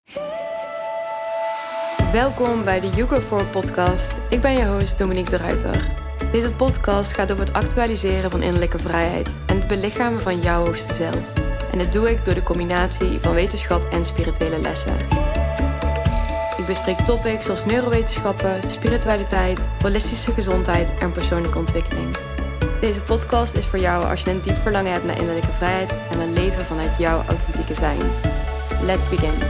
Welkom bij de You Go For podcast. Ik ben je host Dominique de Ruiter. Deze podcast gaat over het actualiseren van innerlijke vrijheid en het belichamen van jouw hoogste zelf. En dat doe ik door de combinatie van wetenschap en spirituele lessen. Ik bespreek topics zoals neurowetenschappen, spiritualiteit, holistische gezondheid en persoonlijke ontwikkeling. Deze podcast is voor jou als je een diep verlangen hebt naar innerlijke vrijheid en wil leven vanuit jouw authentieke zijn. Let's begin.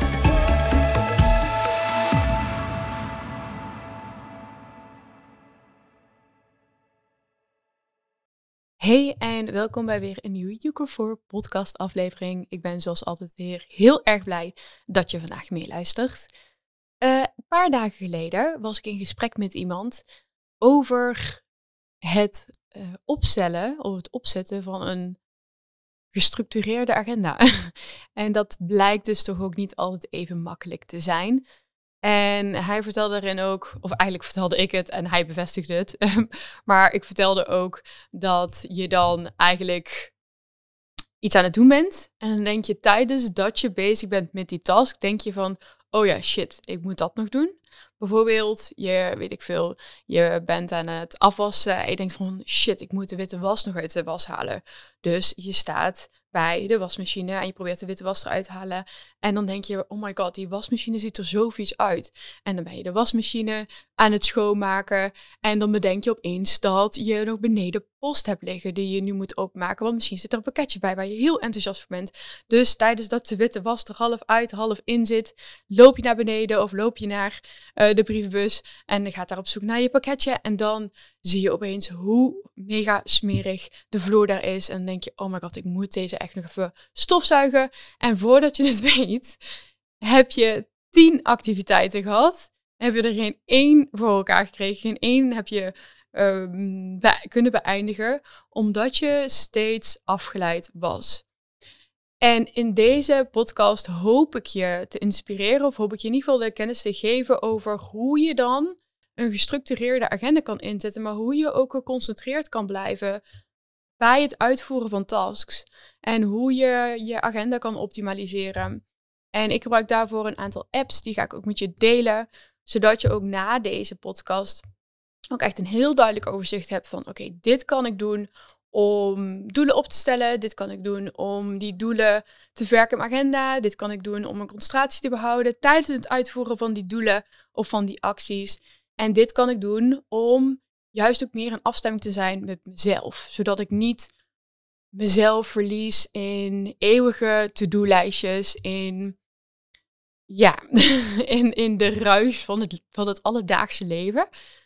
Hey en welkom bij weer een nieuwe You Go For podcast aflevering. Ik ben zoals altijd weer heel erg blij dat je vandaag meeluistert. Een paar dagen geleden was ik in gesprek met iemand over het opstellen of het opzetten van een gestructureerde agenda. En dat blijkt dus toch ook niet altijd even makkelijk te zijn. En hij vertelde daarin ook, of eigenlijk vertelde ik het en hij bevestigde het. Maar ik vertelde ook dat je dan eigenlijk iets aan het doen bent. En dan denk je tijdens dat je bezig bent met die task, denk je van, oh ja, shit, ik moet dat nog doen. Bijvoorbeeld, je bent aan het afwassen en je denkt van, shit, ik moet de witte was nog uit de was halen. Dus je staat bij de wasmachine en je probeert de witte was eruit te halen. En dan denk je, oh my god, die wasmachine ziet er zo vies uit. En dan ben je de wasmachine aan het schoonmaken. En dan bedenk je opeens dat je nog beneden post hebt liggen die je nu moet openmaken. Want misschien zit er een pakketje bij waar je heel enthousiast voor bent. Dus tijdens dat de witte was er half uit, half in zit, loop je naar beneden of loop je naar de brievenbus en je gaat daar op zoek naar je pakketje. En dan zie je opeens hoe mega smerig de vloer daar is. En dan denk je, oh my god, ik moet deze echt nog even stofzuigen. En voordat je het weet, heb je 10 activiteiten gehad. Heb je er geen 1 voor elkaar gekregen. Geen 1 heb je kunnen beëindigen. Omdat je steeds afgeleid was. En in deze podcast hoop ik je te inspireren. Of hoop ik je in ieder geval de kennis te geven over hoe je dan een gestructureerde agenda kan inzetten. Maar hoe je ook geconcentreerd kan blijven bij het uitvoeren van tasks. En hoe je je agenda kan optimaliseren. En ik gebruik daarvoor een aantal apps. Die ga ik ook met je delen. Zodat je ook na deze podcast ook echt een heel duidelijk overzicht hebt van oké, dit kan ik doen om doelen op te stellen. Dit kan ik doen om die doelen te verwerken in mijn agenda. Dit kan ik doen om mijn concentratie te behouden tijdens het uitvoeren van die doelen of van die acties. En dit kan ik doen om juist ook meer in afstemming te zijn met mezelf. Zodat ik niet mezelf verlies in eeuwige to-do-lijstjes, in de ruis van het alledaagse leven.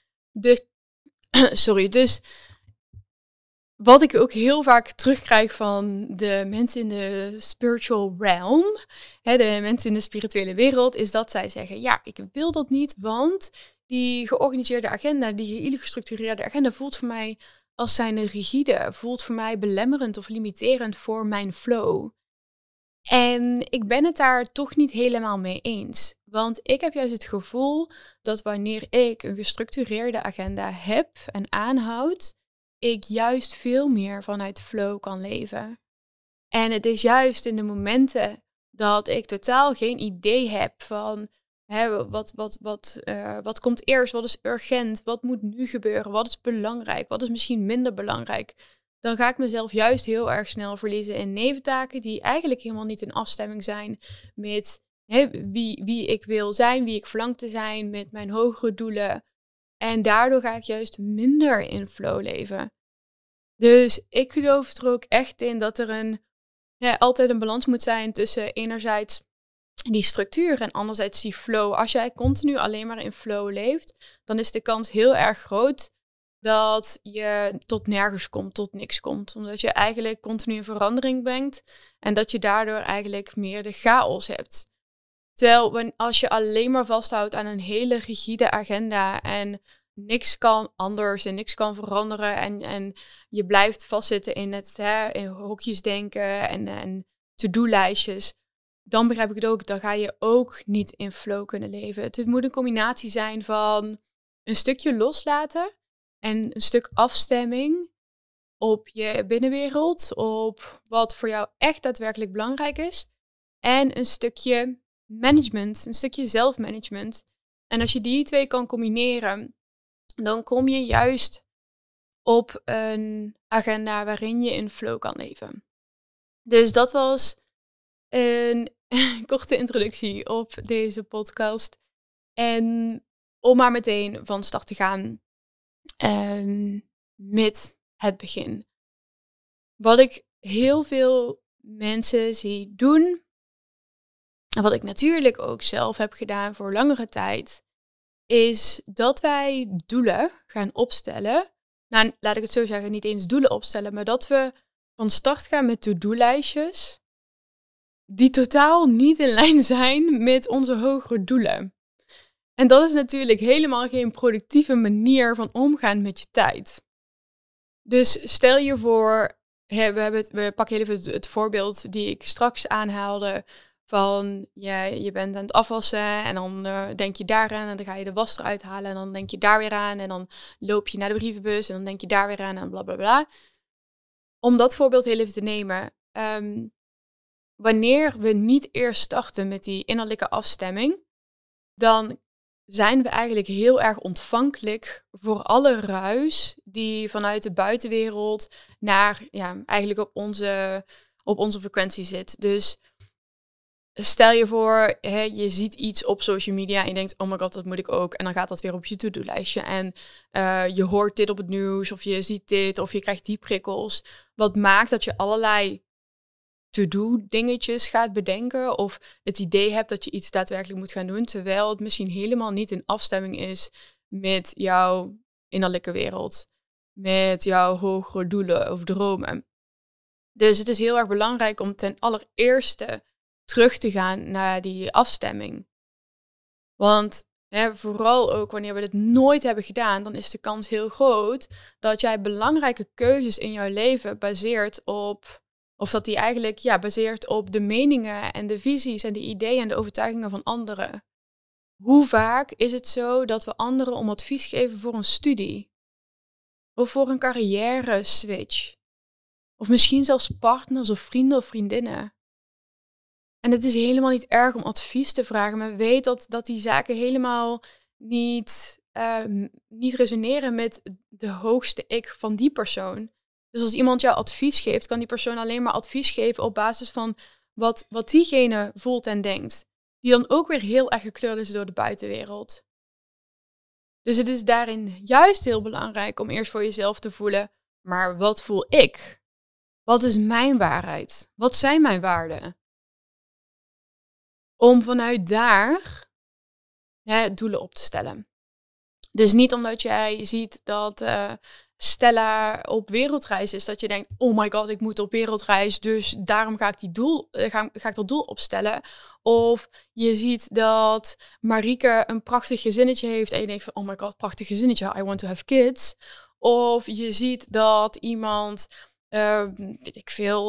Dus wat ik ook heel vaak terugkrijg van de mensen in de spiritual realm, de mensen in de spirituele wereld, is dat zij zeggen, ja, ik wil dat niet, want die georganiseerde agenda, die hele gestructureerde agenda voelt voor mij als zijnde rigide, voelt voor mij belemmerend of limiterend voor mijn flow. En ik ben het daar toch niet helemaal mee eens. Want ik heb juist het gevoel dat wanneer ik een gestructureerde agenda heb en aanhoud, ik juist veel meer vanuit flow kan leven. En het is juist in de momenten dat ik totaal geen idee heb van wat komt eerst, wat is urgent, wat moet nu gebeuren, wat is belangrijk, wat is misschien minder belangrijk. Dan ga ik mezelf juist heel erg snel verliezen in neventaken die eigenlijk helemaal niet in afstemming zijn met wie ik wil zijn, wie ik verlang te zijn, met mijn hogere doelen. En daardoor ga ik juist minder in flow leven. Dus ik geloof er ook echt in dat er altijd een balans moet zijn tussen enerzijds die structuur en anderzijds die flow. Als jij continu alleen maar in flow leeft, dan is de kans heel erg groot dat je tot nergens komt, tot niks komt. Omdat je eigenlijk continu in verandering brengt en dat je daardoor eigenlijk meer de chaos hebt. Terwijl als je alleen maar vasthoudt aan een hele rigide agenda en niks kan anders en niks kan veranderen en je blijft vastzitten in het in hokjes denken en to-do-lijstjes, dan begrijp ik het ook, dan ga je ook niet in flow kunnen leven. Het moet een combinatie zijn van een stukje loslaten en een stuk afstemming op je binnenwereld, op wat voor jou echt daadwerkelijk belangrijk is. En een stukje management, een stukje zelfmanagement. En als je die twee kan combineren, dan kom je juist op een agenda waarin je in flow kan leven. Dus dat was een korte introductie op deze podcast. En om maar meteen van start te gaan met het begin. Wat ik heel veel mensen zie doen, en wat ik natuurlijk ook zelf heb gedaan voor langere tijd, is dat wij doelen gaan opstellen. Nou, laat ik het zo zeggen, niet eens doelen opstellen, maar dat we van start gaan met to-do-lijstjes die totaal niet in lijn zijn met onze hogere doelen. En dat is natuurlijk helemaal geen productieve manier van omgaan met je tijd. Dus stel je voor, we pakken even het voorbeeld die ik straks aanhaalde van je bent aan het afwassen en dan denk je daar aan en dan ga je de was eruit halen en dan denk je daar weer aan en dan loop je naar de brievenbus en dan denk je daar weer aan en bla bla bla. Om dat voorbeeld heel even te nemen, wanneer we niet eerst starten met die innerlijke afstemming, dan zijn we eigenlijk heel erg ontvankelijk voor alle ruis die vanuit de buitenwereld naar eigenlijk op onze frequentie zit. Dus stel je voor, je ziet iets op social media en je denkt, oh my god, dat moet ik ook. En dan gaat dat weer op je to-do-lijstje. En je hoort dit op het nieuws of je ziet dit of je krijgt die prikkels. Wat maakt dat je allerlei to-do dingetjes gaat bedenken of het idee hebt dat je iets daadwerkelijk moet gaan doen, terwijl het misschien helemaal niet in afstemming is met jouw innerlijke wereld, met jouw hogere doelen of dromen. Dus het is heel erg belangrijk om ten allereerste terug te gaan naar die afstemming. Want vooral ook wanneer we dit nooit hebben gedaan, dan is de kans heel groot dat jij belangrijke keuzes in jouw leven baseert op, of dat die eigenlijk baseert op de meningen en de visies en de ideeën en de overtuigingen van anderen. Hoe vaak is het zo dat we anderen om advies geven voor een studie? Of voor een carrière switch? Of misschien zelfs partners of vrienden of vriendinnen? En het is helemaal niet erg om advies te vragen, maar weet dat die zaken helemaal niet resoneren met de hoogste ik van die persoon. Dus als iemand jou advies geeft, kan die persoon alleen maar advies geven op basis van wat diegene voelt en denkt. Die dan ook weer heel erg gekleurd is door de buitenwereld. Dus het is daarin juist heel belangrijk om eerst voor jezelf te voelen, maar wat voel ik? Wat is mijn waarheid? Wat zijn mijn waarden? Om vanuit daar doelen op te stellen. Dus niet omdat jij ziet dat Stella op wereldreis is, dat je denkt, oh my god, ik moet op wereldreis, dus daarom ga ik, ga ik dat doel opstellen. Of je ziet dat Marieke een prachtig gezinnetje heeft en je denkt van, oh my god, prachtig gezinnetje, I want to have kids. Of je ziet dat iemand, weet ik veel,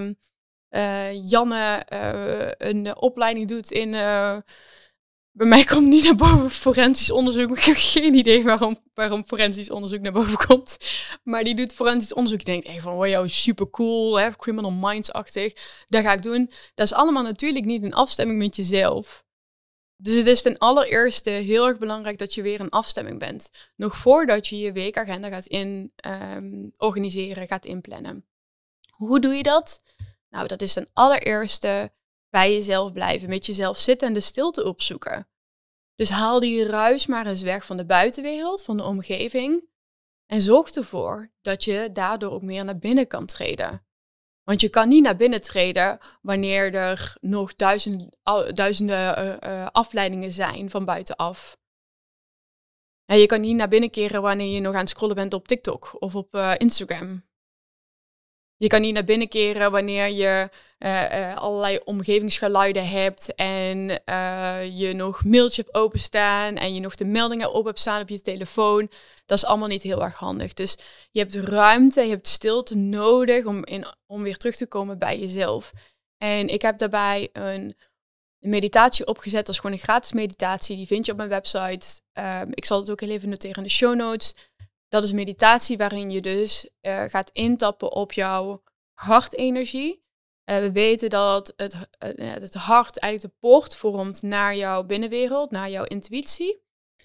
Janne een opleiding doet in... bij mij komt niet naar boven forensisch onderzoek. Ik heb geen idee waarom forensisch onderzoek naar boven komt. Maar die doet forensisch onderzoek. Ik denk van, wow, super cool, criminal minds-achtig. Dat ga ik doen. Dat is allemaal natuurlijk niet in afstemming met jezelf. Dus het is ten allereerste heel erg belangrijk dat je weer in afstemming bent. Nog voordat je je weekagenda gaat organiseren, gaat inplannen. Hoe doe je dat? Nou, dat is ten allereerste bij jezelf blijven, met jezelf zitten en de stilte opzoeken. Dus haal die ruis maar eens weg van de buitenwereld, van de omgeving. En zorg ervoor dat je daardoor ook meer naar binnen kan treden. Want je kan niet naar binnen treden wanneer er nog duizenden afleidingen zijn van buitenaf. En je kan niet naar binnen keren wanneer je nog aan het scrollen bent op TikTok of op Instagram. Je kan niet naar binnen keren wanneer je allerlei omgevingsgeluiden hebt en je nog mailtje hebt openstaan en je nog de meldingen op hebt staan op je telefoon. Dat is allemaal niet heel erg handig. Dus je hebt ruimte, je hebt stilte nodig om weer terug te komen bij jezelf. En ik heb daarbij een meditatie opgezet. Dat is gewoon een gratis meditatie. Die vind je op mijn website. Ik zal het ook heel even noteren in de show notes. Dat is meditatie waarin je dus gaat intappen op jouw hartenergie. We weten dat het hart eigenlijk de poort vormt naar jouw binnenwereld, naar jouw intuïtie.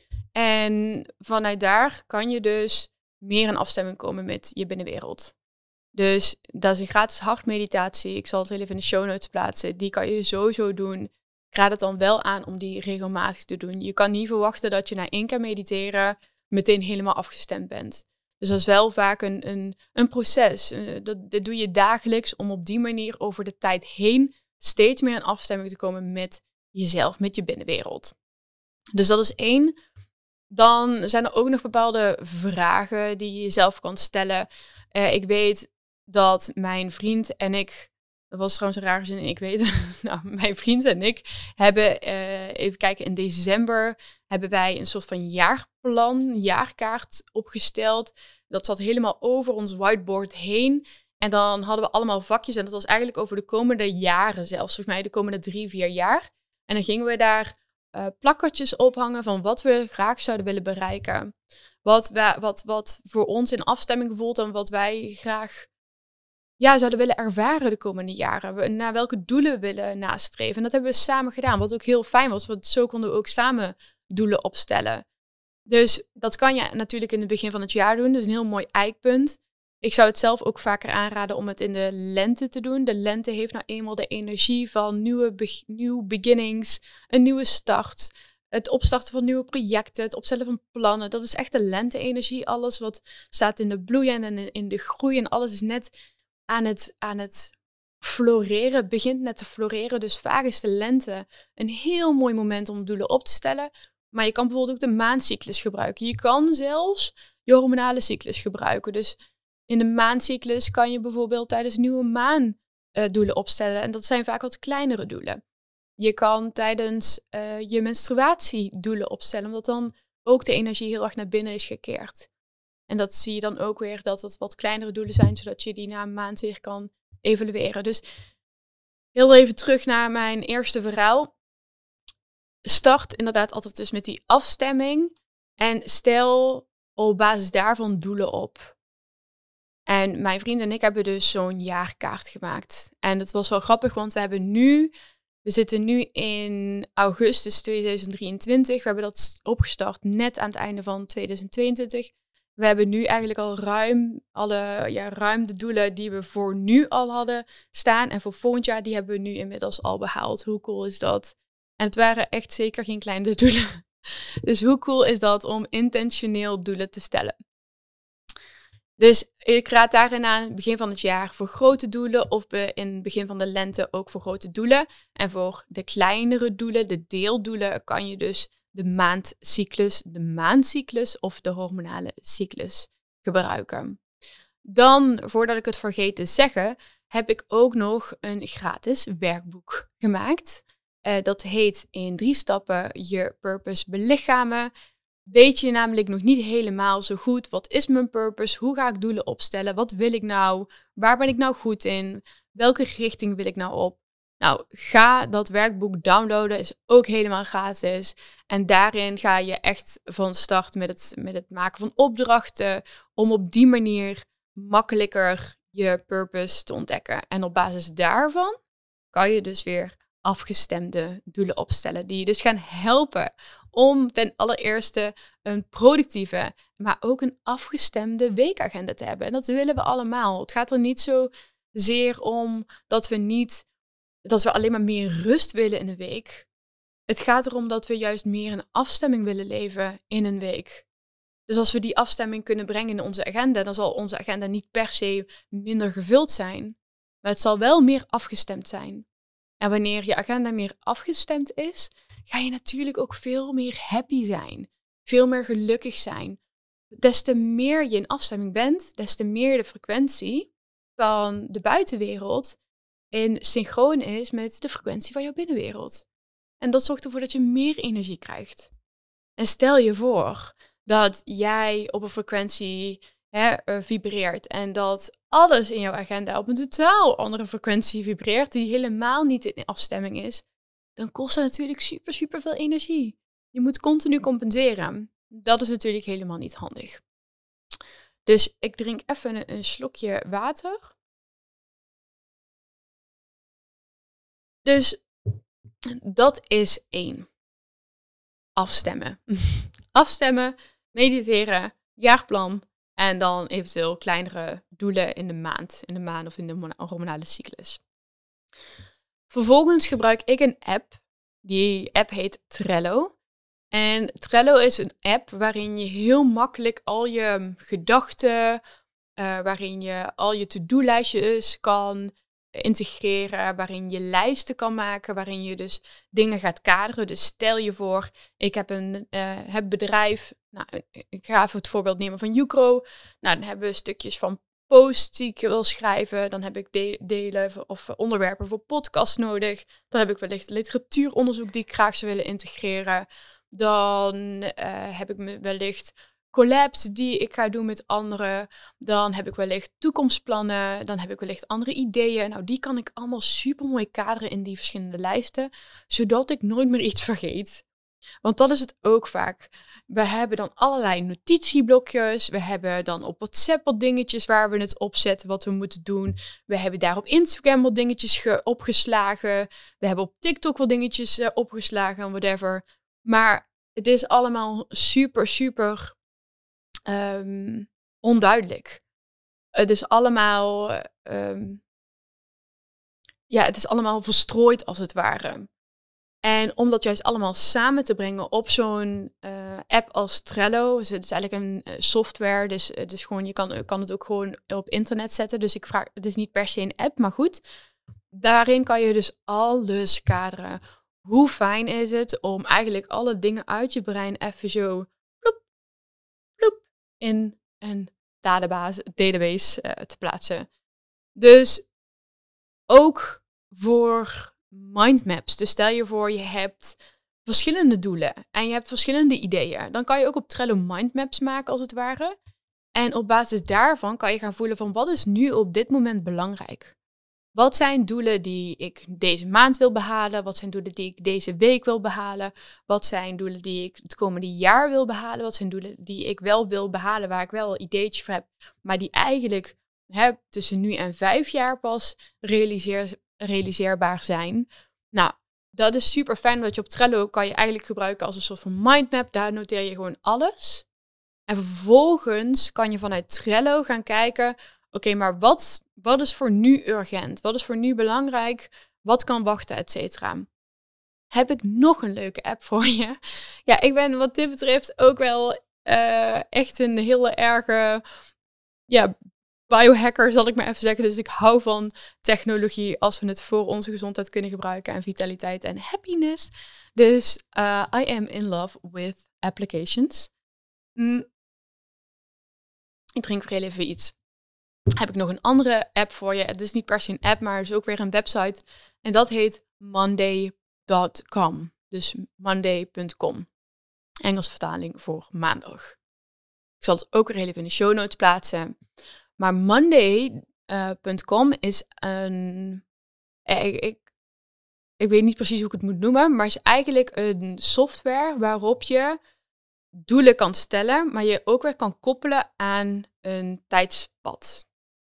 En vanuit daar kan je dus meer in afstemming komen met je binnenwereld. Dus dat is een gratis hartmeditatie. Ik zal het heel even in de show notes plaatsen. Die kan je sowieso doen. Ik raad het dan wel aan om die regelmatig te doen. Je kan niet verwachten dat je na 1 keer mediteren meteen helemaal afgestemd bent. Dus dat is wel vaak een proces. Dat doe je dagelijks om op die manier over de tijd heen steeds meer in afstemming te komen met jezelf, met je binnenwereld. Dus dat is 1. Dan zijn er ook nog bepaalde vragen die je jezelf kan stellen. Ik weet dat mijn vriend en ik, dat was trouwens een rare zin, ik weet, nou, mijn vriend en ik hebben, even kijken, in december hebben wij een soort van jaarplan, jaarkaart opgesteld. Dat zat helemaal over ons whiteboard heen. En dan hadden we allemaal vakjes en dat was eigenlijk over de komende jaren zelfs, volgens mij de komende 3-4 jaar. En dan gingen we daar plakkertjes ophangen van wat we graag zouden willen bereiken. Wat voor ons in afstemming voelt en wat wij graag zouden willen ervaren de komende jaren. Naar welke doelen we willen nastreven. En dat hebben we samen gedaan, wat ook heel fijn was. Want zo konden we ook samen doelen opstellen. Dus dat kan je natuurlijk in het begin van het jaar doen. Dat is een heel mooi eikpunt. Ik zou het zelf ook vaker aanraden om het in de lente te doen. De lente heeft nou eenmaal de energie van nieuwe beginnings, een nieuwe start. Het opstarten van nieuwe projecten, het opstellen van plannen. Dat is echt de lente-energie. Alles wat staat in de bloei en in de groei en alles is net aan het floreren, begint net te floreren. Dus vaak is de lente een heel mooi moment om doelen op te stellen. Maar je kan bijvoorbeeld ook de maancyclus gebruiken. Je kan zelfs je hormonale cyclus gebruiken. Dus in de maancyclus kan je bijvoorbeeld tijdens nieuwe maan doelen opstellen. En dat zijn vaak wat kleinere doelen. Je kan tijdens je menstruatie doelen opstellen, omdat dan ook de energie heel erg naar binnen is gekeerd. En dat zie je dan ook weer dat het wat kleinere doelen zijn, zodat je die na een maand weer kan evalueren. Dus heel even terug naar mijn eerste verhaal. Start inderdaad altijd dus met die afstemming en stel op basis daarvan doelen op. En mijn vriend en ik hebben dus zo'n jaarkaart gemaakt. En het was wel grappig, want we zitten nu in augustus 2023. We hebben dat opgestart net aan het einde van 2022. We hebben nu eigenlijk al ruim de doelen die we voor nu al hadden staan. En voor volgend jaar, die hebben we nu inmiddels al behaald. Hoe cool is dat? En het waren echt zeker geen kleine doelen. Dus hoe cool is dat om intentioneel doelen te stellen? Dus ik raad daarin aan het begin van het jaar voor grote doelen of in het begin van de lente ook voor grote doelen. En voor de kleinere doelen, de deeldoelen, kan je dus de maandcyclus of de hormonale cyclus gebruiken. Dan, voordat ik het vergeet te zeggen, heb ik ook nog een gratis werkboek gemaakt. Dat heet in 3 stappen je purpose belichamen. Weet je namelijk nog niet helemaal zo goed, wat is mijn purpose? Hoe ga ik doelen opstellen? Wat wil ik nou? Waar ben ik nou goed in? Welke richting wil ik nou op? Nou, ga dat werkboek downloaden, is ook helemaal gratis. En daarin ga je echt van start met het maken van opdrachten, om op die manier makkelijker je purpose te ontdekken. En op basis daarvan kan je dus weer afgestemde doelen opstellen, die je dus gaan helpen om ten allereerste een productieve, maar ook een afgestemde weekagenda te hebben. En dat willen we allemaal. Het gaat er niet zozeer om dat we alleen maar meer rust willen in een week. Het gaat erom dat we juist meer een afstemming willen leven in een week. Dus als we die afstemming kunnen brengen in onze agenda, dan zal onze agenda niet per se minder gevuld zijn, maar het zal wel meer afgestemd zijn. En wanneer je agenda meer afgestemd is, ga je natuurlijk ook veel meer happy zijn. Veel meer gelukkig zijn. Des te meer je in afstemming bent, des te meer de frequentie van de buitenwereld in synchroon is met de frequentie van jouw binnenwereld. En dat zorgt ervoor dat je meer energie krijgt. En stel je voor dat jij op een frequentie vibreert en dat alles in jouw agenda op een totaal andere frequentie vibreert die helemaal niet in afstemming is, dan kost dat natuurlijk super, super veel energie. Je moet continu compenseren. Dat is natuurlijk helemaal niet handig. Dus ik drink even een slokje water. Dus dat is 1. Afstemmen. Afstemmen, mediteren, jaarplan en dan eventueel kleinere doelen in de maand of in de hormonale cyclus. Vervolgens gebruik ik een app. Die app heet Trello. En Trello is een app waarin je heel makkelijk al je gedachten, waarin je al je to-do-lijstjes kan integreren, waarin je lijsten kan maken, waarin je dus dingen gaat kaderen. Dus stel je voor, ik heb een bedrijf, nou, ik ga even het voorbeeld nemen van Ucro. Nou, dan hebben we stukjes van posts die ik wil schrijven. Dan heb ik delen of onderwerpen voor podcasts nodig. Dan heb ik wellicht literatuuronderzoek die ik graag zou willen integreren. Dan heb ik wellicht collabs die ik ga doen met anderen. Dan heb ik wellicht toekomstplannen. Dan heb ik wellicht andere ideeën. Nou, die kan ik allemaal super mooi kaderen in die verschillende lijsten. Zodat ik nooit meer iets vergeet. Want dat is het ook vaak. We hebben dan allerlei notitieblokjes. We hebben dan op WhatsApp wat dingetjes waar we het opzetten wat we moeten doen. We hebben daar op Instagram wat dingetjes opgeslagen. We hebben op TikTok wat dingetjes opgeslagen en whatever. Maar het is allemaal super onduidelijk. Het is allemaal, het is allemaal verstrooid als het ware. En om dat juist allemaal samen te brengen op zo'n app als Trello. Dus het is eigenlijk een software. Dus gewoon, je kan het ook gewoon op internet zetten. Dus het is niet per se een app, maar goed. Daarin kan je dus alles kaderen. Hoe fijn is het om eigenlijk alle dingen uit je brein even zo ploep, ploep, in een database te plaatsen. Dus ook voor mindmaps. Dus stel je voor, je hebt verschillende doelen en je hebt verschillende ideeën. Dan kan je ook op Trello mindmaps maken, als het ware. En op basis daarvan kan je gaan voelen van wat is nu op dit moment belangrijk? Wat zijn doelen die ik deze maand wil behalen? Wat zijn doelen die ik deze week wil behalen? Wat zijn doelen die ik het komende jaar wil behalen? Wat zijn doelen die ik wel wil behalen, waar ik wel ideetjes voor heb, maar die eigenlijk tussen nu en 5 jaar pas realiseerbaar zijn? Nou, dat is super fijn, want je op Trello kan je eigenlijk gebruiken als een soort van mindmap. Daar noteer je gewoon alles. En vervolgens kan je vanuit Trello gaan kijken, oké, maar wat is voor nu urgent? Wat is voor nu belangrijk? Wat kan wachten, et cetera? Heb ik nog een leuke app voor je? Ja, ik ben wat dit betreft ook wel echt een hele erge biohacker, zal ik maar even zeggen. Dus ik hou van technologie als we het voor onze gezondheid kunnen gebruiken en vitaliteit en happiness. Dus I am in love with applications. Ik drink weer heel even iets. Heb ik nog een andere app voor je. Het is niet per se een app, maar het is ook weer een website. En dat heet monday.com. Dus monday.com. Engels vertaling voor maandag. Ik zal het ook weer heel even in de show notes plaatsen. Maar monday.com is een... Ik weet niet precies hoe ik het moet noemen, maar het is eigenlijk een software waarop je doelen kan stellen, maar je ook weer kan koppelen aan een tijdspad.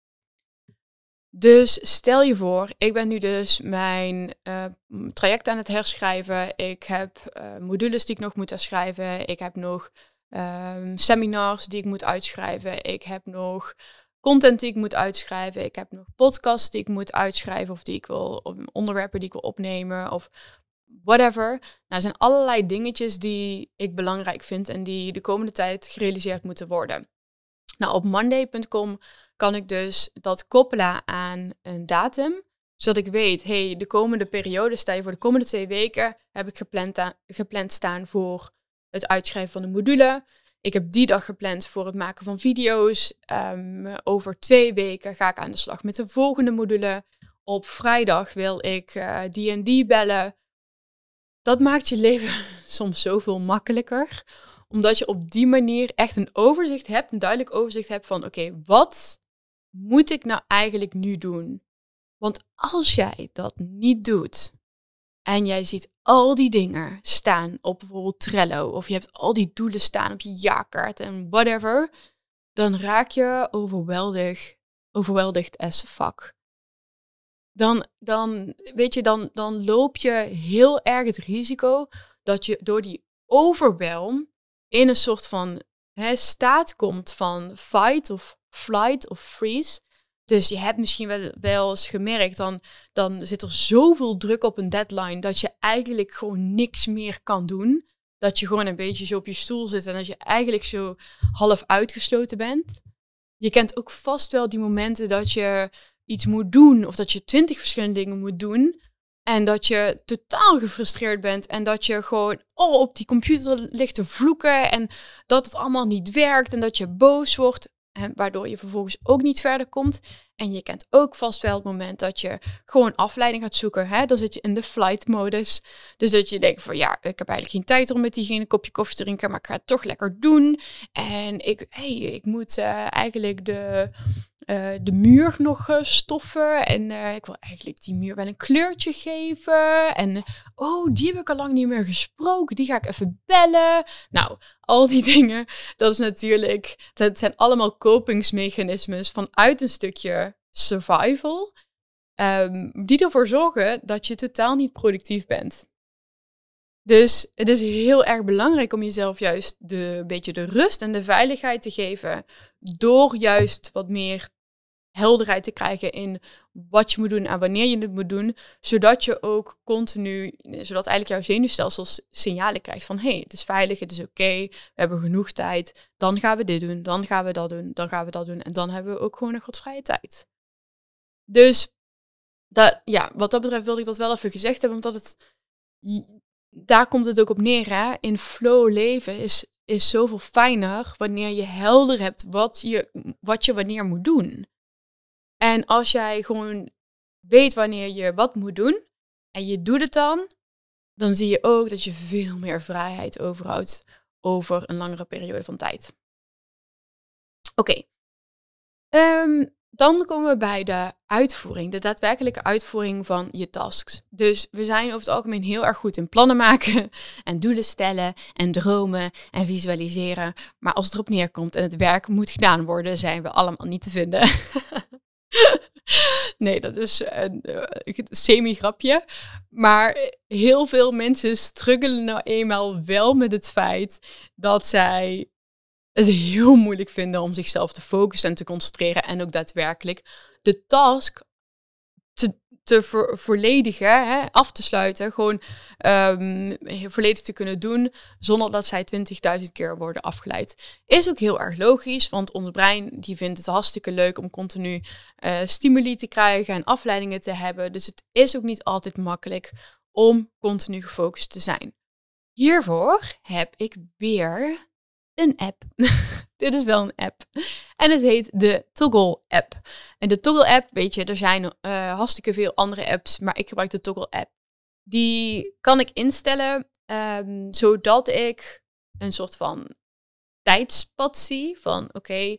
Dus stel je voor, ik ben nu dus mijn traject aan het herschrijven. Ik heb modules die ik nog moet herschrijven. Ik heb nog seminars die ik moet uitschrijven. Ik heb nog content die ik moet uitschrijven. Ik heb nog podcasts die ik moet uitschrijven of onderwerpen die ik wil opnemen of whatever. Nou, er zijn allerlei dingetjes die ik belangrijk vind en die de komende tijd gerealiseerd moeten worden. Nou, op monday.com kan ik dus dat koppelen aan een datum, zodat ik weet, de komende periode, stel je voor de komende 2 weken, heb ik gepland staan voor het uitschrijven van de module. Ik heb die dag gepland voor het maken van video's. Over 2 weken ga ik aan de slag met de volgende module. Op vrijdag wil ik die en die bellen. Dat maakt je leven soms zoveel makkelijker. Omdat je op die manier echt een duidelijk overzicht hebt van oké, wat moet ik nou eigenlijk nu doen? Want als jij dat niet doet en jij ziet al die dingen staan op bijvoorbeeld Trello of je hebt al die doelen staan op je jaarkaart en whatever, dan raak je overweldigd as fuck. dan loop je heel erg het risico dat je door die overwhelm in een soort van staat komt van fight of flight of freeze. Dus je hebt misschien wel eens gemerkt, dan zit er zoveel druk op een deadline dat je eigenlijk gewoon niks meer kan doen. Dat je gewoon een beetje zo op je stoel zit en dat je eigenlijk zo half uitgesloten bent. Je kent ook vast wel die momenten dat je iets moet doen of dat je 20 verschillende dingen moet doen en dat je totaal gefrustreerd bent en dat je gewoon op die computer ligt te vloeken en dat het allemaal niet werkt en dat je boos wordt en waardoor je vervolgens ook niet verder komt. En je kent ook vast wel het moment dat je gewoon afleiding gaat zoeken. Hè? Dan zit je in de flight modus. Dus dat je denkt van ja, ik heb eigenlijk geen tijd om met diegene een kopje koffie te drinken, maar ik ga het toch lekker doen. En ik moet eigenlijk de muur nog stoffen. En ik wil eigenlijk die muur wel een kleurtje geven. En die heb ik al lang niet meer gesproken. Die ga ik even bellen. Nou, al die dingen. Dat is natuurlijk, het zijn allemaal kopingsmechanismes vanuit een stukje survival. Die ervoor zorgen dat je totaal niet productief bent. Dus het is heel erg belangrijk om jezelf juist een beetje de rust en de veiligheid te geven. Door juist wat meer helderheid te krijgen in wat je moet doen en wanneer je het moet doen. Zodat je ook zodat eigenlijk jouw zenuwstelsel signalen krijgt van hey, het is veilig, het is oké, we hebben genoeg tijd. Dan gaan we dit doen, dan gaan we dat doen, dan gaan we dat doen. En dan hebben we ook gewoon nog wat vrije tijd. Dus wat dat betreft wilde ik dat wel even gezegd hebben, omdat daar komt het ook op neer. Hè? In flow leven is zoveel fijner wanneer je helder hebt wat je wanneer moet doen. En als jij gewoon weet wanneer je wat moet doen en je doet het dan zie je ook dat je veel meer vrijheid overhoudt over een langere periode van tijd. Oké. Dan komen we bij de uitvoering, de daadwerkelijke uitvoering van je tasks. Dus we zijn over het algemeen heel erg goed in plannen maken en doelen stellen en dromen en visualiseren. Maar als het erop neerkomt en het werk moet gedaan worden, zijn we allemaal niet te vinden. Nee, dat is een semi-grapje. Maar heel veel mensen struggelen nou eenmaal wel met het feit dat zij het heel moeilijk vinden om zichzelf te focussen en te concentreren en ook daadwerkelijk de task te volledigen, af te sluiten, gewoon volledig te kunnen doen zonder dat zij 20.000 keer worden afgeleid. Is ook heel erg logisch, want ons brein die vindt het hartstikke leuk om continu stimuli te krijgen en afleidingen te hebben. Dus het is ook niet altijd makkelijk om continu gefocust te zijn. Hiervoor heb ik weer een app. Dit is wel een app. En het heet de Toggl app. En de Toggl app, weet je, er zijn hartstikke veel andere apps, maar ik gebruik de Toggl app. Die kan ik instellen zodat ik een soort van tijdspad zie van oké,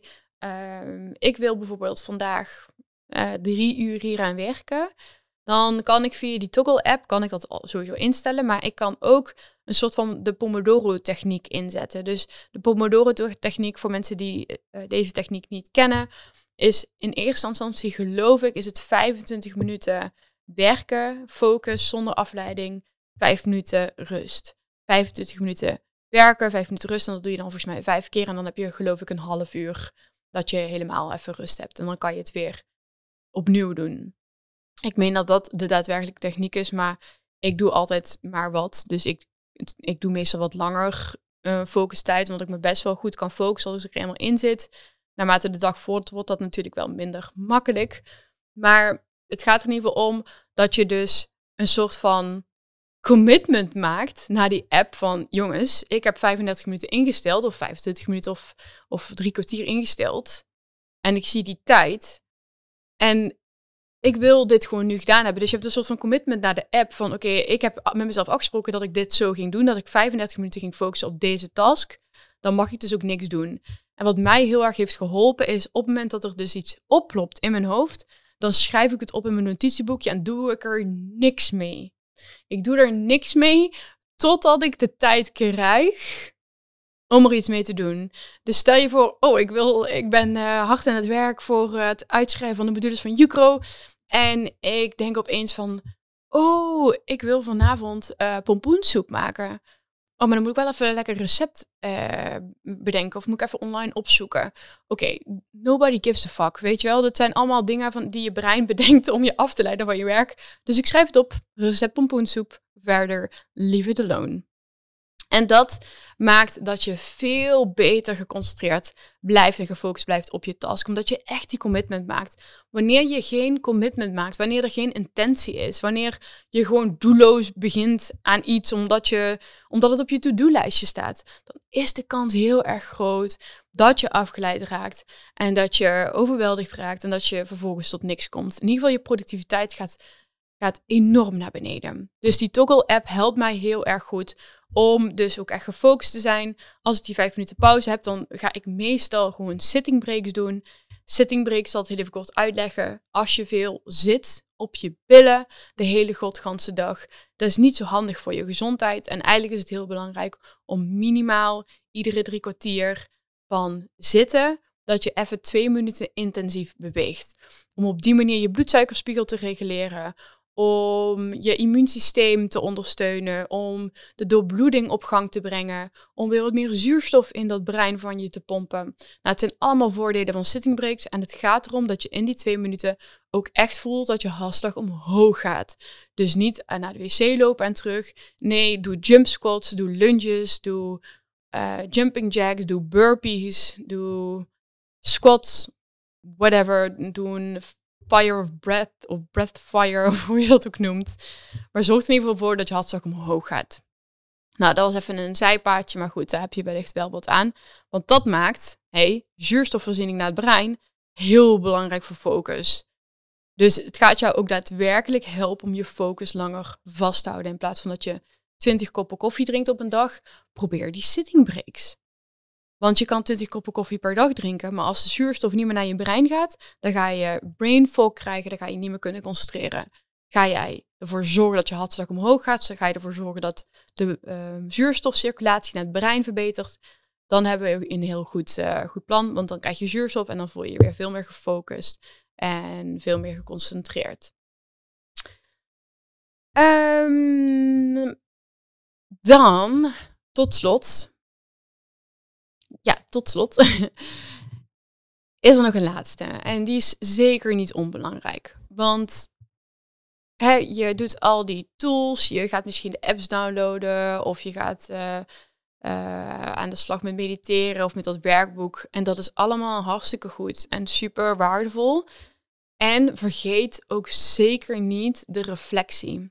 ik wil bijvoorbeeld vandaag 3 uur hieraan werken. Dan kan ik via die Toggl-app kan ik dat sowieso instellen. Maar ik kan ook een soort van de Pomodoro-techniek inzetten. Dus de Pomodoro-techniek, voor mensen die deze techniek niet kennen, is in eerste instantie, geloof ik, is het 25 minuten werken, focus, zonder afleiding, 5 minuten rust. 25 minuten werken, 5 minuten rust. En dat doe je dan volgens mij 5 keer. En dan heb je, geloof ik, een half uur dat je helemaal even rust hebt. En dan kan je het weer opnieuw doen. Ik meen dat dat de daadwerkelijke techniek is, maar ik doe altijd maar wat. Dus ik doe meestal wat langer focustijd, omdat ik me best wel goed kan focussen als ik er eenmaal in zit. Naarmate de dag vordert, wordt dat natuurlijk wel minder makkelijk. Maar het gaat er in ieder geval om dat je dus een soort van commitment maakt naar die app van jongens, ik heb 35 minuten ingesteld of 25 minuten of 3 kwartier ingesteld. En ik zie die tijd. En ik wil dit gewoon nu gedaan hebben. Dus je hebt een soort van commitment naar de app van oké, ik heb met mezelf afgesproken dat ik dit zo ging doen. Dat ik 35 minuten ging focussen op deze task. Dan mag ik dus ook niks doen. En wat mij heel erg heeft geholpen is op het moment dat er dus iets oplopt in mijn hoofd, dan schrijf ik het op in mijn notitieboekje en doe ik er niks mee. Ik doe er niks mee totdat ik de tijd krijg om er iets mee te doen. Dus stel je voor, ik ben hard aan het werk voor het uitschrijven van de modules van Jucro. En ik denk opeens van, oh, ik wil vanavond pompoensoep maken. Oh, maar dan moet ik wel even een lekker recept bedenken. Of moet ik even online opzoeken. Oké, nobody gives a fuck, weet je wel. Dat zijn allemaal dingen die je brein bedenkt om je af te leiden van je werk. Dus ik schrijf het op. Recept pompoensoep. Verder, leave it alone. En dat maakt dat je veel beter geconcentreerd blijft en gefocust blijft op je task. Omdat je echt die commitment maakt. Wanneer je geen commitment maakt, wanneer er geen intentie is, wanneer je gewoon doelloos begint aan iets omdat het op je to-do-lijstje staat, dan is de kans heel erg groot dat je afgeleid raakt en dat je overweldigd raakt en dat je vervolgens tot niks komt. In ieder geval je productiviteit gaat enorm naar beneden. Dus die Toggl-app helpt mij heel erg goed om dus ook echt gefocust te zijn. Als ik die 5 minuten pauze heb, dan ga ik meestal gewoon sitting breaks doen. Sitting breaks zal ik heel even kort uitleggen. Als je veel zit op je billen de hele godganse dag, dat is niet zo handig voor je gezondheid. En eigenlijk is het heel belangrijk om minimaal iedere 3 kwartier van zitten, dat je even 2 minuten intensief beweegt. Om op die manier je bloedsuikerspiegel te reguleren, om je immuunsysteem te ondersteunen, om de doorbloeding op gang te brengen, om weer wat meer zuurstof in dat brein van je te pompen. Nou, het zijn allemaal voordelen van sitting breaks en het gaat erom dat je in die 2 minuten ook echt voelt dat je hartslag omhoog gaat. Dus niet naar de wc lopen en terug. Nee, doe jump squats, doe lunges, doe jumping jacks, doe burpees, doe squats, whatever, doe een fire of breath, of breath fire, of hoe je dat ook noemt. Maar zorg er in ieder geval voor dat je hartslag omhoog gaat. Nou, dat was even een zijpaadje, maar goed, daar heb je wellicht wel wat aan. Want dat maakt, zuurstofvoorziening naar het brein, heel belangrijk voor focus. Dus het gaat jou ook daadwerkelijk helpen om je focus langer vast te houden. In plaats van dat je 20 koppen koffie drinkt op een dag, probeer die sitting breaks. Want je kan 20 koppen koffie per dag drinken, maar als de zuurstof niet meer naar je brein gaat, dan ga je brain fog krijgen, dan ga je niet meer kunnen concentreren. Ga jij ervoor zorgen dat je hartslag omhoog gaat, dan ga je ervoor zorgen dat de zuurstofcirculatie naar het brein verbetert, dan hebben we een heel goed plan, want dan krijg je zuurstof en dan voel je je weer veel meer gefocust en veel meer geconcentreerd. Dan, tot slot, is er nog een laatste. En die is zeker niet onbelangrijk. Want je doet al die tools. Je gaat misschien de apps downloaden. Of je gaat aan de slag met mediteren of met dat werkboek. En dat is allemaal hartstikke goed en super waardevol. En vergeet ook zeker niet de reflectie.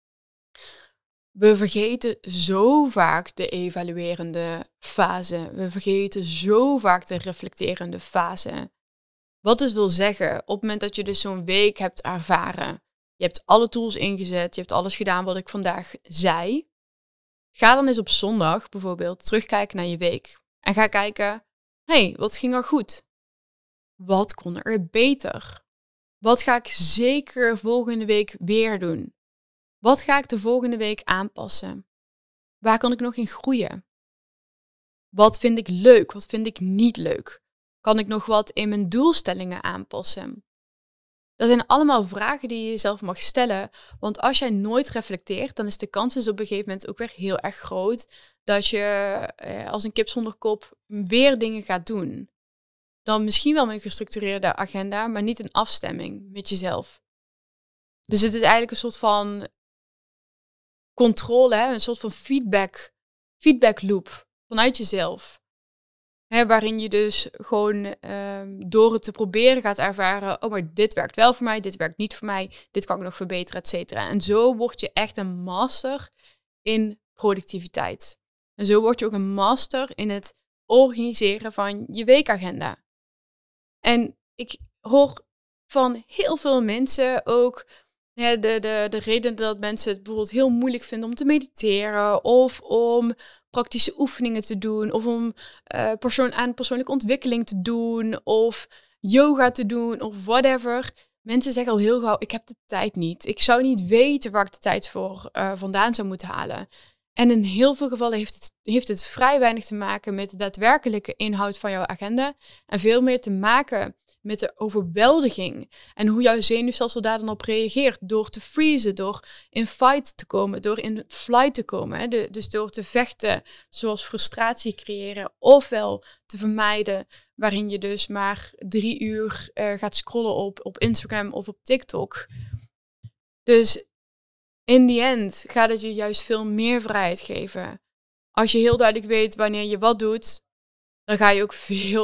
We vergeten zo vaak de evaluerende fase. We vergeten zo vaak de reflecterende fase. Wat dus wil zeggen, op het moment dat je dus zo'n week hebt ervaren, je hebt alle tools ingezet, je hebt alles gedaan wat ik vandaag zei, ga dan eens op zondag bijvoorbeeld terugkijken naar je week. En ga kijken, wat ging er goed? Wat kon er beter? Wat ga ik zeker volgende week weer doen? Wat ga ik de volgende week aanpassen? Waar kan ik nog in groeien? Wat vind ik leuk? Wat vind ik niet leuk? Kan ik nog wat in mijn doelstellingen aanpassen? Dat zijn allemaal vragen die je jezelf mag stellen. Want als jij nooit reflecteert, dan is de kans dus op een gegeven moment ook weer heel erg groot dat je als een kip zonder kop weer dingen gaat doen. Dan misschien wel met een gestructureerde agenda, maar niet in afstemming met jezelf. Dus het is eigenlijk een soort van controle, een soort van feedback loop vanuit jezelf. Waarin je dus gewoon door het te proberen gaat ervaren, oh, maar dit werkt wel voor mij, dit werkt niet voor mij, dit kan ik nog verbeteren, et cetera. En zo word je echt een master in productiviteit. En zo word je ook een master in het organiseren van je weekagenda. En ik hoor van heel veel mensen ook de reden dat mensen het bijvoorbeeld heel moeilijk vinden om te mediteren of om praktische oefeningen te doen of om aan persoonlijke ontwikkeling te doen of yoga te doen of whatever. Mensen zeggen al heel gauw, ik heb de tijd niet. Ik zou niet weten waar ik de tijd voor vandaan zou moeten halen. En in heel veel gevallen heeft het vrij weinig te maken met de daadwerkelijke inhoud van jouw agenda en veel meer te maken met de overweldiging. En hoe jouw zenuwstelsel daar dan op reageert. Door te freezen, door in fight te komen, door in flight te komen. Hè? Dus door te vechten, zoals frustratie creëren. Ofwel te vermijden, waarin je dus maar 3 uur gaat scrollen op Instagram of op TikTok. Dus in the end gaat het je juist veel meer vrijheid geven. Als je heel duidelijk weet wanneer je wat doet, dan ga je ook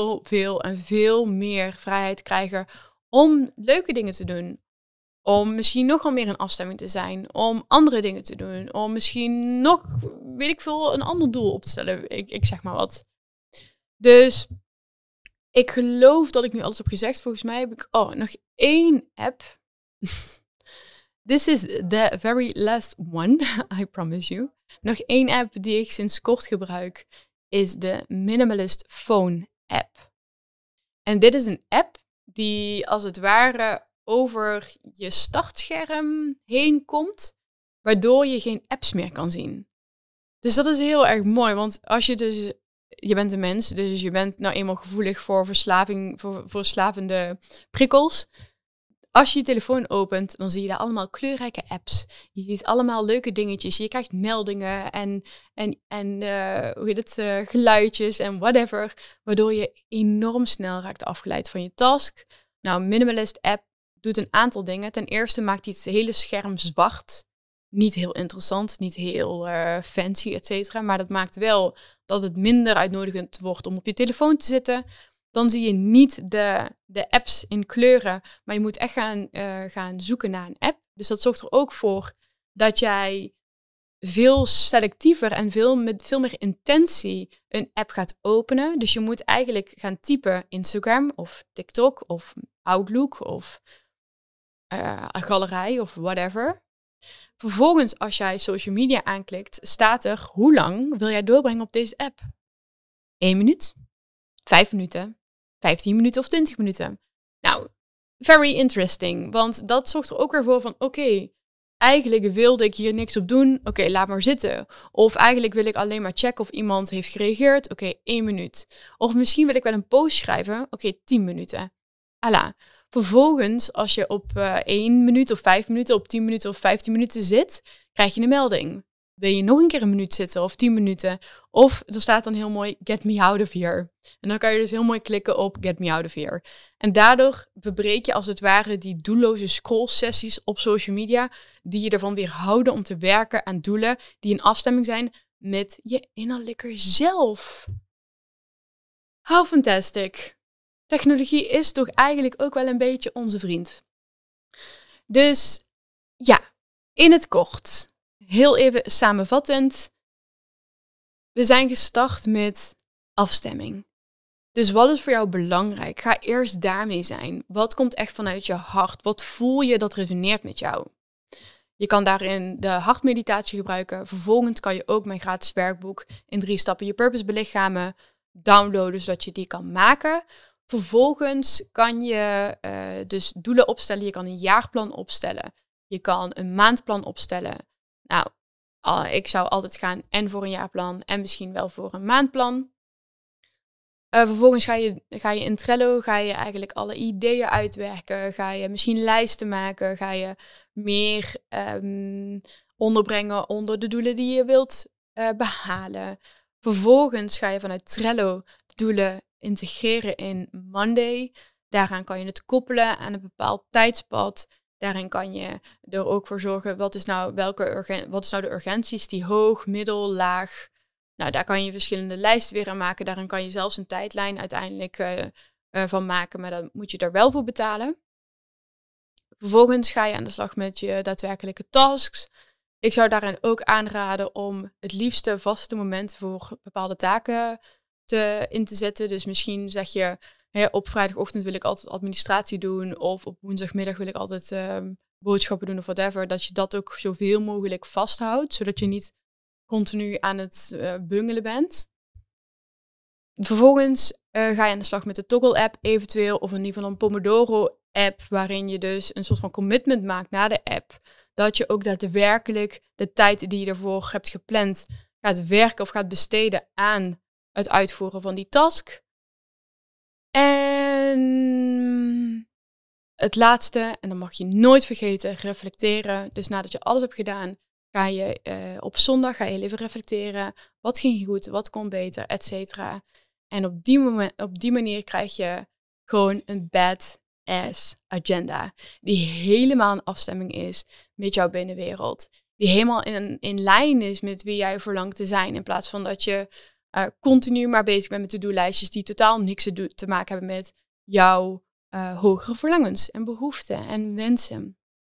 veel meer vrijheid krijgen om leuke dingen te doen. Om misschien nogal meer in afstemming te zijn. Om andere dingen te doen. Om misschien nog, weet ik veel, een ander doel op te stellen. Ik zeg maar wat. Dus ik geloof dat ik nu alles heb gezegd. Volgens mij heb ik nog 1 app. This is the very last one, I promise you. Nog 1 app die ik sinds kort gebruik is de Minimalist Phone app. En dit is een app die als het ware over je startscherm heen komt, waardoor je geen apps meer kan zien. Dus dat is heel erg mooi, want als je dus, je bent een mens, dus je bent nou eenmaal gevoelig voor verslaving, voor verslavende prikkels. Als je je telefoon opent, dan zie je daar allemaal kleurrijke apps. Je ziet allemaal leuke dingetjes. Je krijgt meldingen en hoe heet het, geluidjes en whatever. Waardoor je enorm snel raakt afgeleid van je task. Nou, Minimalist app doet een aantal dingen. Ten eerste maakt hij het hele scherm zwart. Niet heel interessant, niet heel fancy, et cetera. Maar dat maakt wel dat het minder uitnodigend wordt om op je telefoon te zitten. Dan zie je niet de apps in kleuren, maar je moet echt gaan zoeken naar een app. Dus dat zorgt er ook voor dat jij veel selectiever en met veel meer intentie een app gaat openen. Dus je moet eigenlijk gaan typen Instagram of TikTok of Outlook of een galerij of whatever. Vervolgens, als jij social media aanklikt, staat er hoe lang wil jij doorbrengen op deze app? 1 minuut? 5 minuten? 15 minuten of 20 minuten? Nou, very interesting. Want dat zorgt er ook weer voor van, oké, eigenlijk wilde ik hier niks op doen. Oké, laat maar zitten. Of eigenlijk wil ik alleen maar checken of iemand heeft gereageerd. Oké, 1 minuut. Of misschien wil ik wel een post schrijven. Oké, 10 minuten. Ala. Vervolgens, als je op 1 minuut of 5 minuten, op 10 minuten of 15 minuten zit, krijg je een melding. Wil je nog een keer 1 minuut zitten of 10 minuten? Of er staat dan heel mooi, get me out of here. En dan kan je dus heel mooi klikken op get me out of here. En daardoor verbreek je als het ware die doelloze scrollsessies op social media, die je ervan weerhouden om te werken aan doelen die in afstemming zijn met je innerlijke zelf. How fantastic. Technologie is toch eigenlijk ook wel een beetje onze vriend. Dus ja, in het kort, heel even samenvattend. We zijn gestart met afstemming. Dus wat is voor jou belangrijk? Ga eerst daarmee zijn. Wat komt echt vanuit je hart? Wat voel je dat resoneert met jou? Je kan daarin de hartmeditatie gebruiken. Vervolgens kan je ook mijn gratis werkboek in 3 stappen je purpose belichamen downloaden, zodat je die kan maken. Vervolgens kan je dus doelen opstellen. Je kan een jaarplan opstellen. Je kan een maandplan opstellen. Nou, ik zou altijd gaan en voor een jaarplan en misschien wel voor een maandplan. Vervolgens ga je in Trello eigenlijk alle ideeën uitwerken. Ga je misschien lijsten maken. Ga je meer onderbrengen onder de doelen die je wilt behalen. Vervolgens ga je vanuit Trello de doelen integreren in Monday. Daaraan kan je het koppelen aan een bepaald tijdspad. Daarin kan je er ook voor zorgen, wat is nou de urgenties die hoog, middel, laag. Nou, daar kan je verschillende lijsten weer aan maken. Daarin kan je zelfs een tijdlijn uiteindelijk van maken, maar dan moet je er wel voor betalen. Vervolgens ga je aan de slag met je daadwerkelijke tasks. Ik zou daarin ook aanraden om het liefste vaste momenten voor bepaalde taken in te zetten. Dus misschien zeg je, op vrijdagochtend wil ik altijd administratie doen, of op woensdagmiddag wil ik altijd boodschappen doen of whatever. Dat je dat ook zoveel mogelijk vasthoudt, zodat je niet continu aan het bungelen bent. Vervolgens ga je aan de slag met de Toggle-app eventueel, of in ieder geval een Pomodoro-app, waarin je dus een soort van commitment maakt naar de app. Dat je ook daadwerkelijk de tijd die je ervoor hebt gepland gaat werken of gaat besteden aan het uitvoeren van die task. En Het laatste, en dan mag je nooit vergeten, reflecteren. Dus nadat je alles hebt gedaan, ga je op zondag ga je heel even reflecteren. Wat ging goed, wat kon beter, et cetera. En op die manier krijg je gewoon een badass agenda. Die helemaal in afstemming is met jouw binnenwereld. Die helemaal in lijn is met wie jij verlangt te zijn. In plaats van dat je continu maar bezig bent met to-do-lijstjes die totaal niks te maken hebben met jouw hogere verlangens en behoeften en wensen.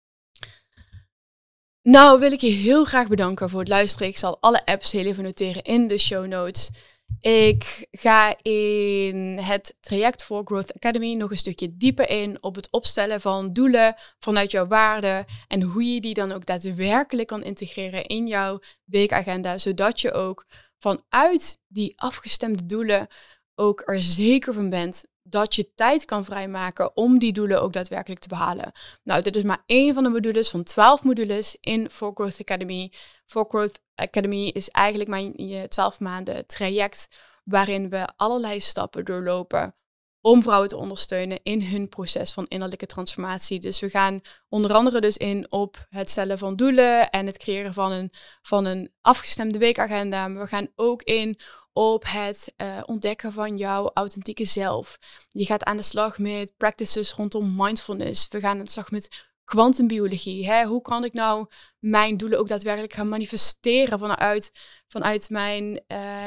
Nou wil ik je heel graag bedanken voor het luisteren. Ik zal alle apps heel even noteren in de show notes. Ik ga in het traject voor Growth Academy nog een stukje dieper in op het opstellen van doelen vanuit jouw waarden en hoe je die dan ook daadwerkelijk kan integreren in jouw weekagenda, zodat je ook vanuit die afgestemde doelen ook er zeker van bent dat je tijd kan vrijmaken om die doelen ook daadwerkelijk te behalen. Nou, dit is maar één van de modules van 12 modules in For Growth Academy. For Growth Academy is eigenlijk mijn 12 maanden traject waarin we allerlei stappen doorlopen om vrouwen te ondersteunen in hun proces van innerlijke transformatie. Dus we gaan onder andere dus in op het stellen van doelen en het creëren van een afgestemde weekagenda. Maar we gaan ook in op het ontdekken van jouw authentieke zelf. Je gaat aan de slag met practices rondom mindfulness. We gaan aan de slag met kwantumbiologie. Hoe kan ik nou mijn doelen ook daadwerkelijk gaan manifesteren vanuit mijn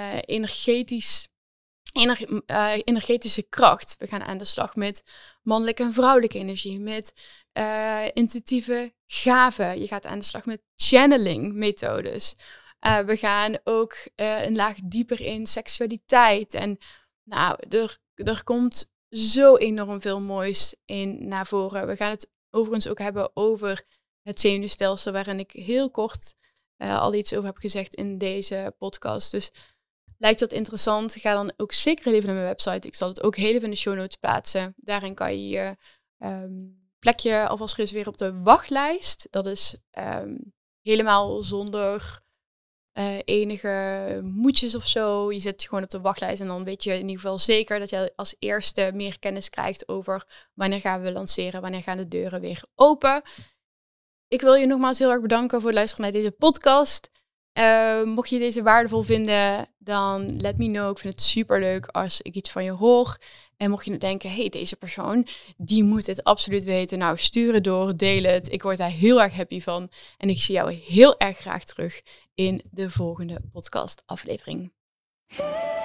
energetische kracht. We gaan aan de slag met mannelijke en vrouwelijke energie, met intuïtieve gaven. Je gaat aan de slag met channeling methodes. We gaan ook een laag dieper in seksualiteit. En nou, er komt zo enorm veel moois in naar voren. We gaan het overigens ook hebben over het zenuwstelsel, waarin ik heel kort al iets over heb gezegd in deze podcast. Dus lijkt dat interessant? Ga dan ook zeker even naar mijn website. Ik zal het ook heel even in de show notes plaatsen. Daarin kan je je plekje alvast reserveren op de wachtlijst. Dat is helemaal zonder enige moedjes of zo. Je zit gewoon op de wachtlijst en dan weet je in ieder geval zeker dat je als eerste meer kennis krijgt over wanneer gaan we lanceren, wanneer gaan de deuren weer open. Ik wil je nogmaals heel erg bedanken voor het luisteren naar deze podcast. Mocht je deze waardevol vinden, dan let me know. Ik vind het super leuk als ik iets van je hoor. En mocht je nu denken, hey, deze persoon, die moet het absoluut weten. Nou, stuur het door, deel het. Ik word daar heel erg happy van. En ik zie jou heel erg graag terug in de volgende podcast aflevering.